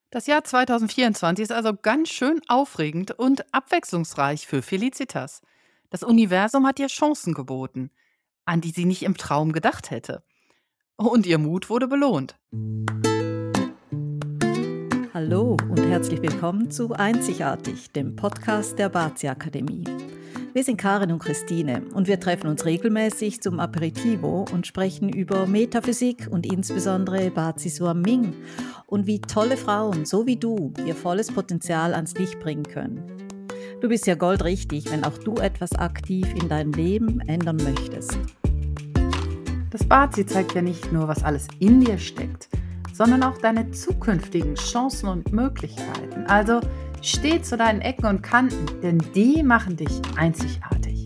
Das Jahr 2024 ist also ganz schön aufregend und abwechslungsreich für Felicitas. Das Universum hat ihr Chancen geboten, an die sie nicht im Traum gedacht hätte. Und ihr Mut wurde belohnt. Hallo und herzlich willkommen zu Einzigartig, dem Podcast der Bazi Akademie. Wir sind Karin und Christine und wir treffen uns regelmäßig zum Aperitivo und sprechen über Metaphysik und insbesondere Bazi Suam Ming und wie tolle Frauen, so wie du, ihr volles Potenzial ans Licht bringen können. Du bist ja goldrichtig, wenn auch du etwas aktiv in deinem Leben ändern möchtest. Das Bazi zeigt ja nicht nur, was alles in dir steckt, sondern auch deine zukünftigen Chancen und Möglichkeiten. Also steh zu deinen Ecken und Kanten, denn die machen dich einzigartig.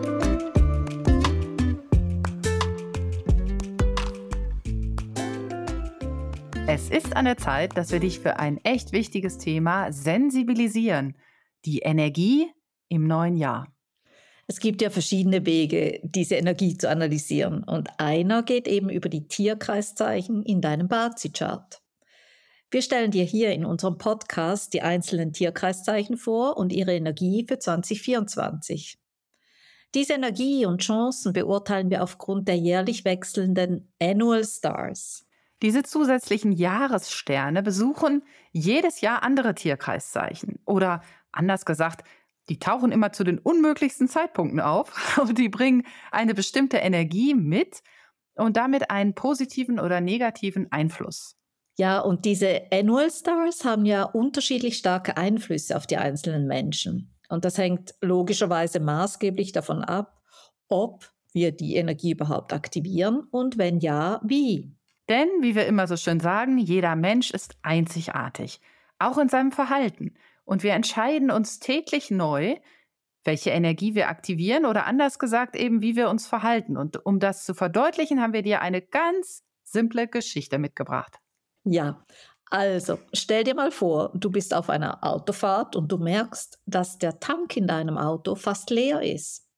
Es ist an der Zeit, dass wir dich für ein echt wichtiges Thema sensibilisieren. Die Energie im neuen Jahr. Es gibt ja verschiedene Wege, diese Energie zu analysieren und einer geht eben über die Tierkreiszeichen in deinem Bazi-Chart. Wir stellen dir hier in unserem Podcast die einzelnen Tierkreiszeichen vor und ihre Energie für 2024. Diese Energie und Chancen beurteilen wir aufgrund der jährlich wechselnden Annual Stars. Diese zusätzlichen Jahressterne besuchen jedes Jahr andere Tierkreiszeichen. Oder anders gesagt, die tauchen immer zu den unmöglichsten Zeitpunkten auf und die bringen eine bestimmte Energie mit und damit einen positiven oder negativen Einfluss. Ja, und diese Annual Stars haben ja unterschiedlich starke Einflüsse auf die einzelnen Menschen. Und das hängt logischerweise maßgeblich davon ab, ob wir die Energie überhaupt aktivieren und wenn ja, wie. Denn, wie wir immer so schön sagen, jeder Mensch ist einzigartig, auch in seinem Verhalten. Und wir entscheiden uns täglich neu, welche Energie wir aktivieren oder anders gesagt eben, wie wir uns verhalten. Und um das zu verdeutlichen, haben wir dir eine ganz simple Geschichte mitgebracht. Ja, also stell dir mal vor, du bist auf einer Autofahrt und du merkst, dass der Tank in deinem Auto fast leer ist.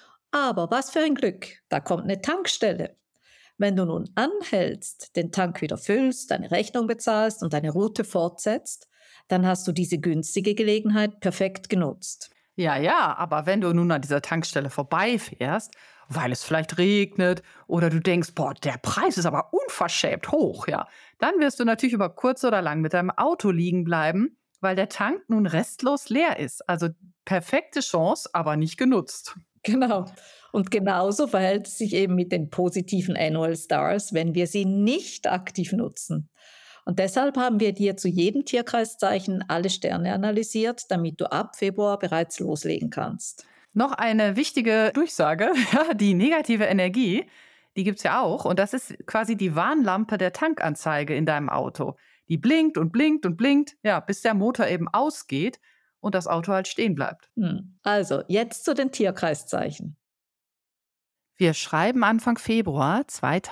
Aber was für ein Glück, da kommt eine Tankstelle. Wenn du nun anhältst, den Tank wieder füllst, deine Rechnung bezahlst und deine Route fortsetzt, dann hast du diese günstige Gelegenheit perfekt genutzt. Ja, ja, aber wenn du nun an dieser Tankstelle vorbeifährst, weil es vielleicht regnet oder du denkst, boah, der Preis ist aber unverschämt hoch, ja, dann wirst du natürlich über kurz oder lang mit deinem Auto liegen bleiben, weil der Tank nun restlos leer ist. Also perfekte Chance, aber nicht genutzt. Genau. Und genauso verhält es sich eben mit den positiven Annual Stars, wenn wir sie nicht aktiv nutzen. Und deshalb haben wir dir zu jedem Tierkreiszeichen alle Sterne analysiert, damit du ab Februar bereits loslegen kannst. Noch eine wichtige Durchsage, ja, die negative Energie, die gibt's ja auch und das ist quasi die Warnlampe der Tankanzeige in deinem Auto. Die blinkt und blinkt und blinkt, ja, bis der Motor eben ausgeht und das Auto halt stehen bleibt. Also, jetzt zu den Tierkreiszeichen. Wir schreiben Anfang Februar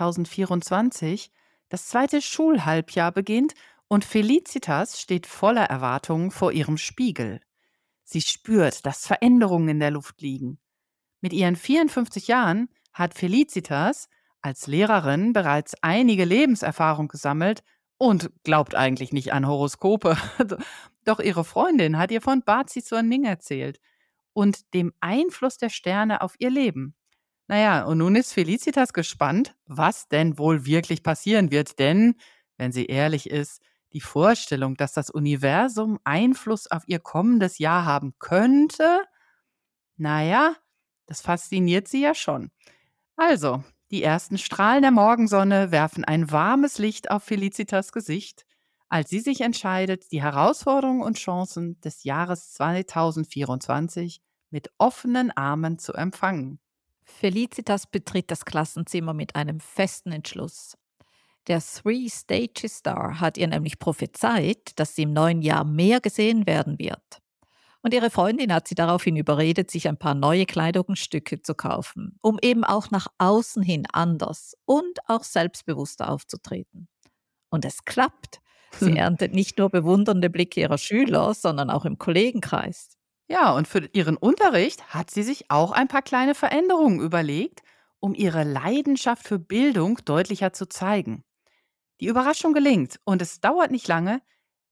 2024, das zweite Schulhalbjahr beginnt und Felicitas steht voller Erwartungen vor ihrem Spiegel. Sie spürt, dass Veränderungen in der Luft liegen. Mit ihren 54 Jahren hat Felicitas als Lehrerin bereits einige Lebenserfahrung gesammelt und glaubt eigentlich nicht an Horoskope. Doch ihre Freundin hat ihr von Bazi Ning erzählt und dem Einfluss der Sterne auf ihr Leben. Naja, und nun ist Felicitas gespannt, was denn wohl wirklich passieren wird, denn, wenn sie ehrlich ist, die Vorstellung, dass das Universum Einfluss auf ihr kommendes Jahr haben könnte, naja, das fasziniert sie ja schon. Also, die ersten Strahlen der Morgensonne werfen ein warmes Licht auf Felicitas Gesicht, als sie sich entscheidet, die Herausforderungen und Chancen des Jahres 2024 mit offenen Armen zu empfangen. Felicitas betritt das Klassenzimmer mit einem festen Entschluss. Der Three Stages Star hat ihr nämlich prophezeit, dass sie im neuen Jahr mehr gesehen werden wird. Und ihre Freundin hat sie daraufhin überredet, sich ein paar neue Kleidungsstücke zu kaufen, um eben auch nach außen hin anders und auch selbstbewusster aufzutreten. Und es klappt. Sie erntet nicht nur bewundernde Blicke ihrer Schüler, sondern auch im Kollegenkreis. Ja, und für ihren Unterricht hat sie sich auch ein paar kleine Veränderungen überlegt, um ihre Leidenschaft für Bildung deutlicher zu zeigen. Die Überraschung gelingt und es dauert nicht lange,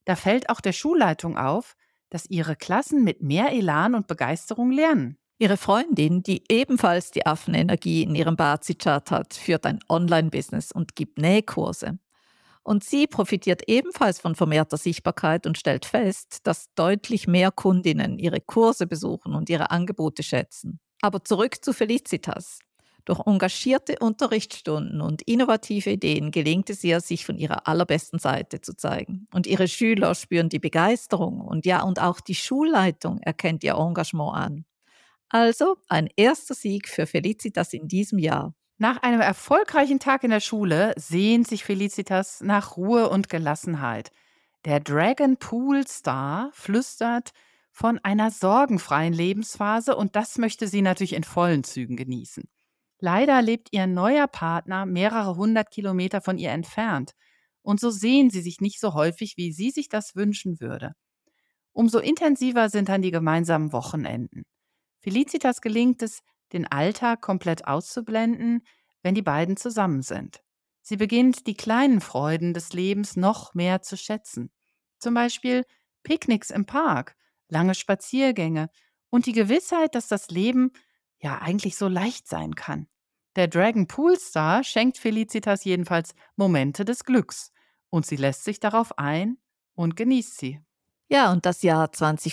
Da fällt auch der Schulleitung auf, dass ihre Klassen mit mehr Elan und Begeisterung lernen. Ihre Freundin, die ebenfalls die Affenenergie in ihrem Bazi-Chart hat, führt ein Online-Business und gibt Nähkurse. Und sie profitiert ebenfalls von vermehrter Sichtbarkeit und stellt fest, dass deutlich mehr Kundinnen ihre Kurse besuchen und ihre Angebote schätzen. Aber zurück zu Felicitas. Durch engagierte Unterrichtsstunden und innovative Ideen gelingt es ihr, sich von ihrer allerbesten Seite zu zeigen. Und ihre Schüler spüren die Begeisterung und auch die Schulleitung erkennt ihr Engagement an. Also ein erster Sieg für Felicitas in diesem Jahr. Nach einem erfolgreichen Tag in der Schule sehnt sich Felicitas nach Ruhe und Gelassenheit. Der Dragon Pool Star flüstert von einer sorgenfreien Lebensphase und das möchte sie natürlich in vollen Zügen genießen. Leider lebt ihr neuer Partner mehrere hundert Kilometer von ihr entfernt und so sehen sie sich nicht so häufig, wie sie sich das wünschen würde. Umso intensiver sind dann die gemeinsamen Wochenenden. Felicitas gelingt es, den Alltag komplett auszublenden, wenn die beiden zusammen sind. Sie beginnt, die kleinen Freuden des Lebens noch mehr zu schätzen. Zum Beispiel Picknicks im Park, lange Spaziergänge und die Gewissheit, dass das Leben ja eigentlich so leicht sein kann. Der Dragon Pool Star schenkt Felicitas jedenfalls Momente des Glücks und sie lässt sich darauf ein und genießt sie. Ja, und das Jahr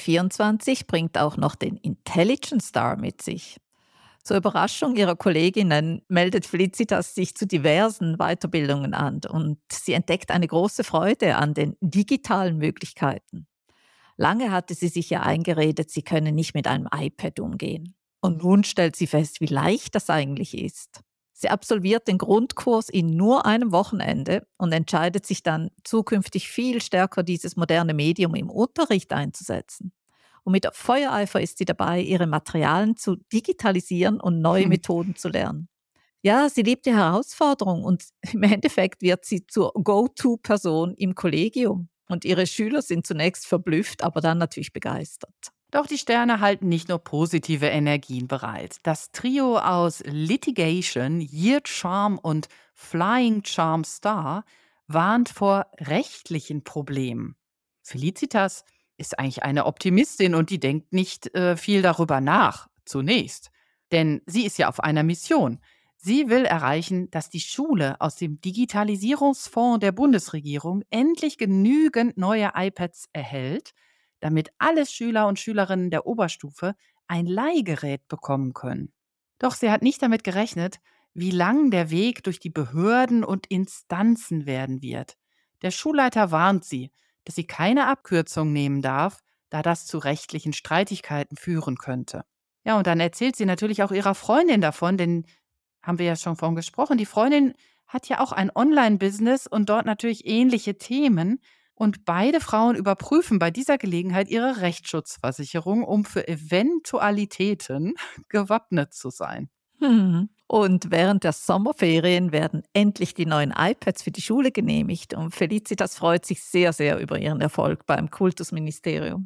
2024 bringt auch noch den Intelligence Star mit sich. Zur Überraschung ihrer Kolleginnen meldet Felicitas sich zu diversen Weiterbildungen an und sie entdeckt eine große Freude an den digitalen Möglichkeiten. Lange hatte sie sich ja eingeredet, sie könne nicht mit einem iPad umgehen. Und nun stellt sie fest, wie leicht das eigentlich ist. Sie absolviert den Grundkurs in nur einem Wochenende und entscheidet sich dann zukünftig viel stärker, dieses moderne Medium im Unterricht einzusetzen. Und mit Feuereifer ist sie dabei, ihre Materialien zu digitalisieren und neue Methoden zu lernen. Ja, sie liebt die Herausforderung und im Endeffekt wird sie zur Go-To-Person im Kollegium. Und ihre Schüler sind zunächst verblüfft, aber dann natürlich begeistert. Doch die Sterne halten nicht nur positive Energien bereit. Das Trio aus Litigation, Year Charm und Flying Charm Star warnt vor rechtlichen Problemen. Felicitas ist eigentlich eine Optimistin und die denkt nicht viel darüber nach, zunächst. Denn sie ist ja auf einer Mission. Sie will erreichen, dass die Schule aus dem Digitalisierungsfonds der Bundesregierung endlich genügend neue iPads erhält, damit alle Schüler und Schülerinnen der Oberstufe ein Leihgerät bekommen können. Doch sie hat nicht damit gerechnet, wie lang der Weg durch die Behörden und Instanzen werden wird. Der Schulleiter warnt sie, dass sie keine Abkürzung nehmen darf, da das zu rechtlichen Streitigkeiten führen könnte. Ja, und dann erzählt sie natürlich auch ihrer Freundin davon, denn haben wir ja schon von gesprochen, die Freundin hat ja auch ein Online-Business und dort natürlich ähnliche Themen. Und beide Frauen überprüfen bei dieser Gelegenheit ihre Rechtsschutzversicherung, um für Eventualitäten gewappnet zu sein. Und während der Sommerferien werden endlich die neuen iPads für die Schule genehmigt und Felicitas freut sich sehr, sehr über ihren Erfolg beim Kultusministerium.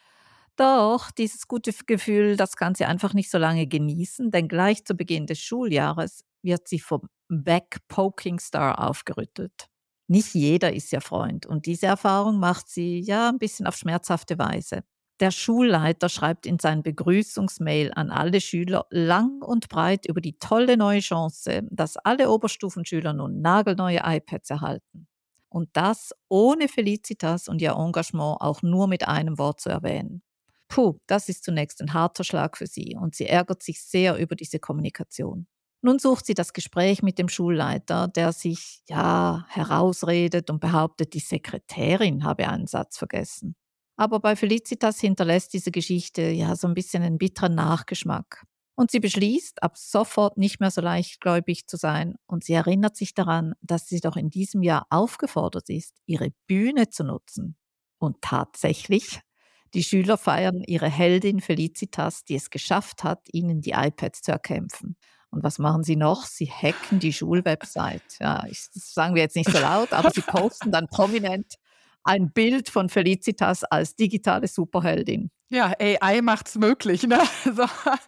Doch dieses gute Gefühl, das kann sie einfach nicht so lange genießen, denn gleich zu Beginn des Schuljahres wird sie vom Backpoking Star aufgerüttelt. Nicht jeder ist ihr Freund und diese Erfahrung macht sie ja ein bisschen auf schmerzhafte Weise. Der Schulleiter schreibt in sein Begrüßungsmail an alle Schüler lang und breit über die tolle neue Chance, dass alle Oberstufenschüler nun nagelneue iPads erhalten. Und das ohne Felicitas und ihr Engagement auch nur mit einem Wort zu erwähnen. Puh, das ist zunächst ein harter Schlag für sie und sie ärgert sich sehr über diese Kommunikation. Nun sucht sie das Gespräch mit dem Schulleiter, der sich ja herausredet und behauptet, die Sekretärin habe einen Satz vergessen. Aber bei Felicitas hinterlässt diese Geschichte ja so ein bisschen einen bitteren Nachgeschmack. Und sie beschließt, ab sofort nicht mehr so leichtgläubig zu sein und sie erinnert sich daran, dass sie doch in diesem Jahr aufgefordert ist, ihre Bühne zu nutzen. Und tatsächlich, die Schüler feiern ihre Heldin Felicitas, die es geschafft hat, ihnen die iPads zu erkämpfen. Und was machen sie noch? Sie hacken die Schulwebsite. Ja, das sagen wir jetzt nicht so laut, aber sie posten dann prominent ein Bild von Felicitas als digitale Superheldin. Ja, AI macht's möglich, ne? So.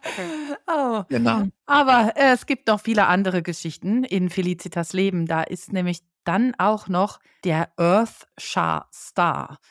Oh. Genau. Aber es gibt noch viele andere Geschichten in Felicitas Leben. Da ist nämlich dann auch noch der Earth Star.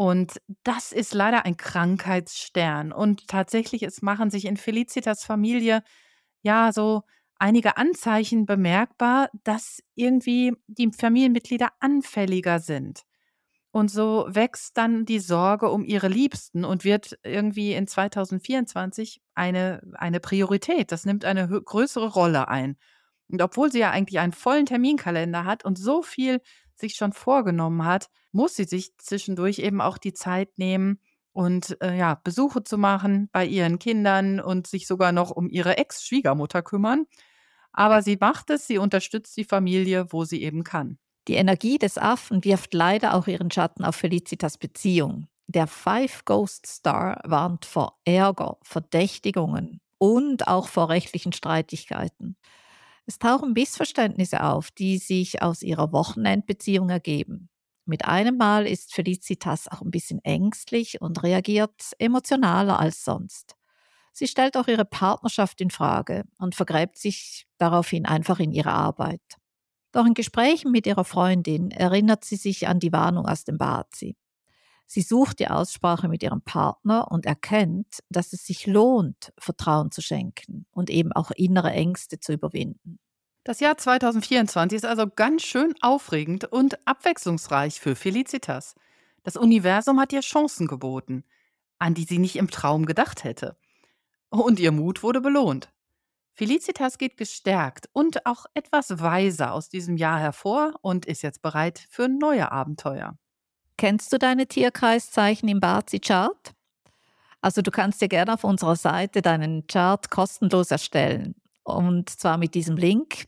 Und das ist leider ein Krankheitsstern. Und tatsächlich, es machen sich in Felicitas Familie ja so einige Anzeichen bemerkbar, dass irgendwie die Familienmitglieder anfälliger sind. Und so wächst dann die Sorge um ihre Liebsten und wird irgendwie in 2024 eine Priorität. Das nimmt eine größere Rolle ein. Und obwohl sie ja eigentlich einen vollen Terminkalender hat und so viel sich schon vorgenommen hat, muss sie sich zwischendurch eben auch die Zeit nehmen und ja, Besuche zu machen bei ihren Kindern und sich sogar noch um ihre Ex-Schwiegermutter kümmern. Aber sie macht es, sie unterstützt die Familie, wo sie eben kann. Die Energie des Affen wirft leider auch ihren Schatten auf Felicitas Beziehung. Der Five Ghost Star warnt vor Ärger, Verdächtigungen und auch vor rechtlichen Streitigkeiten. Es tauchen Missverständnisse auf, die sich aus ihrer Wochenendbeziehung ergeben. Mit einem Mal ist Felicitas auch ein bisschen ängstlich und reagiert emotionaler als sonst. Sie stellt auch ihre Partnerschaft in Frage und vergräbt sich daraufhin einfach in ihre Arbeit. Doch in Gesprächen mit ihrer Freundin erinnert sie sich an die Warnung aus dem Bazi. Sie sucht die Aussprache mit ihrem Partner und erkennt, dass es sich lohnt, Vertrauen zu schenken und eben auch innere Ängste zu überwinden. Das Jahr 2024 ist also ganz schön aufregend und abwechslungsreich für Felicitas. Das Universum hat ihr Chancen geboten, an die sie nicht im Traum gedacht hätte. Und ihr Mut wurde belohnt. Felicitas geht gestärkt und auch etwas weiser aus diesem Jahr hervor und ist jetzt bereit für neue Abenteuer. Kennst du deine Tierkreiszeichen im Bazi-Chart? Also du kannst dir gerne auf unserer Seite deinen Chart kostenlos erstellen. Und zwar mit diesem Link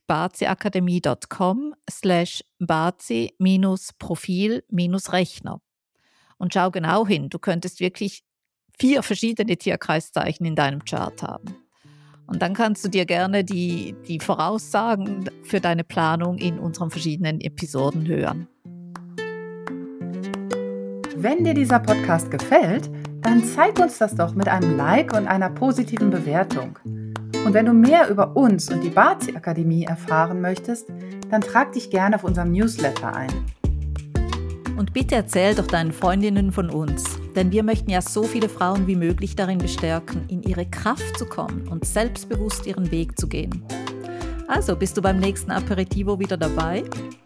baziakademie.com/bazi-profil-rechner. Und schau genau hin, du könntest wirklich 4 verschiedene Tierkreiszeichen in deinem Chart haben. Und dann kannst du dir gerne die Voraussagen für deine Planung in unseren verschiedenen Episoden hören. Wenn dir dieser Podcast gefällt, dann zeig uns das doch mit einem Like und einer positiven Bewertung. Und wenn du mehr über uns und die Bazi Akademie erfahren möchtest, dann trag dich gerne auf unserem Newsletter ein. Und bitte erzähl doch deinen Freundinnen von uns, denn wir möchten ja so viele Frauen wie möglich darin bestärken, in ihre Kraft zu kommen und selbstbewusst ihren Weg zu gehen. Also, bist du beim nächsten Aperitivo wieder dabei?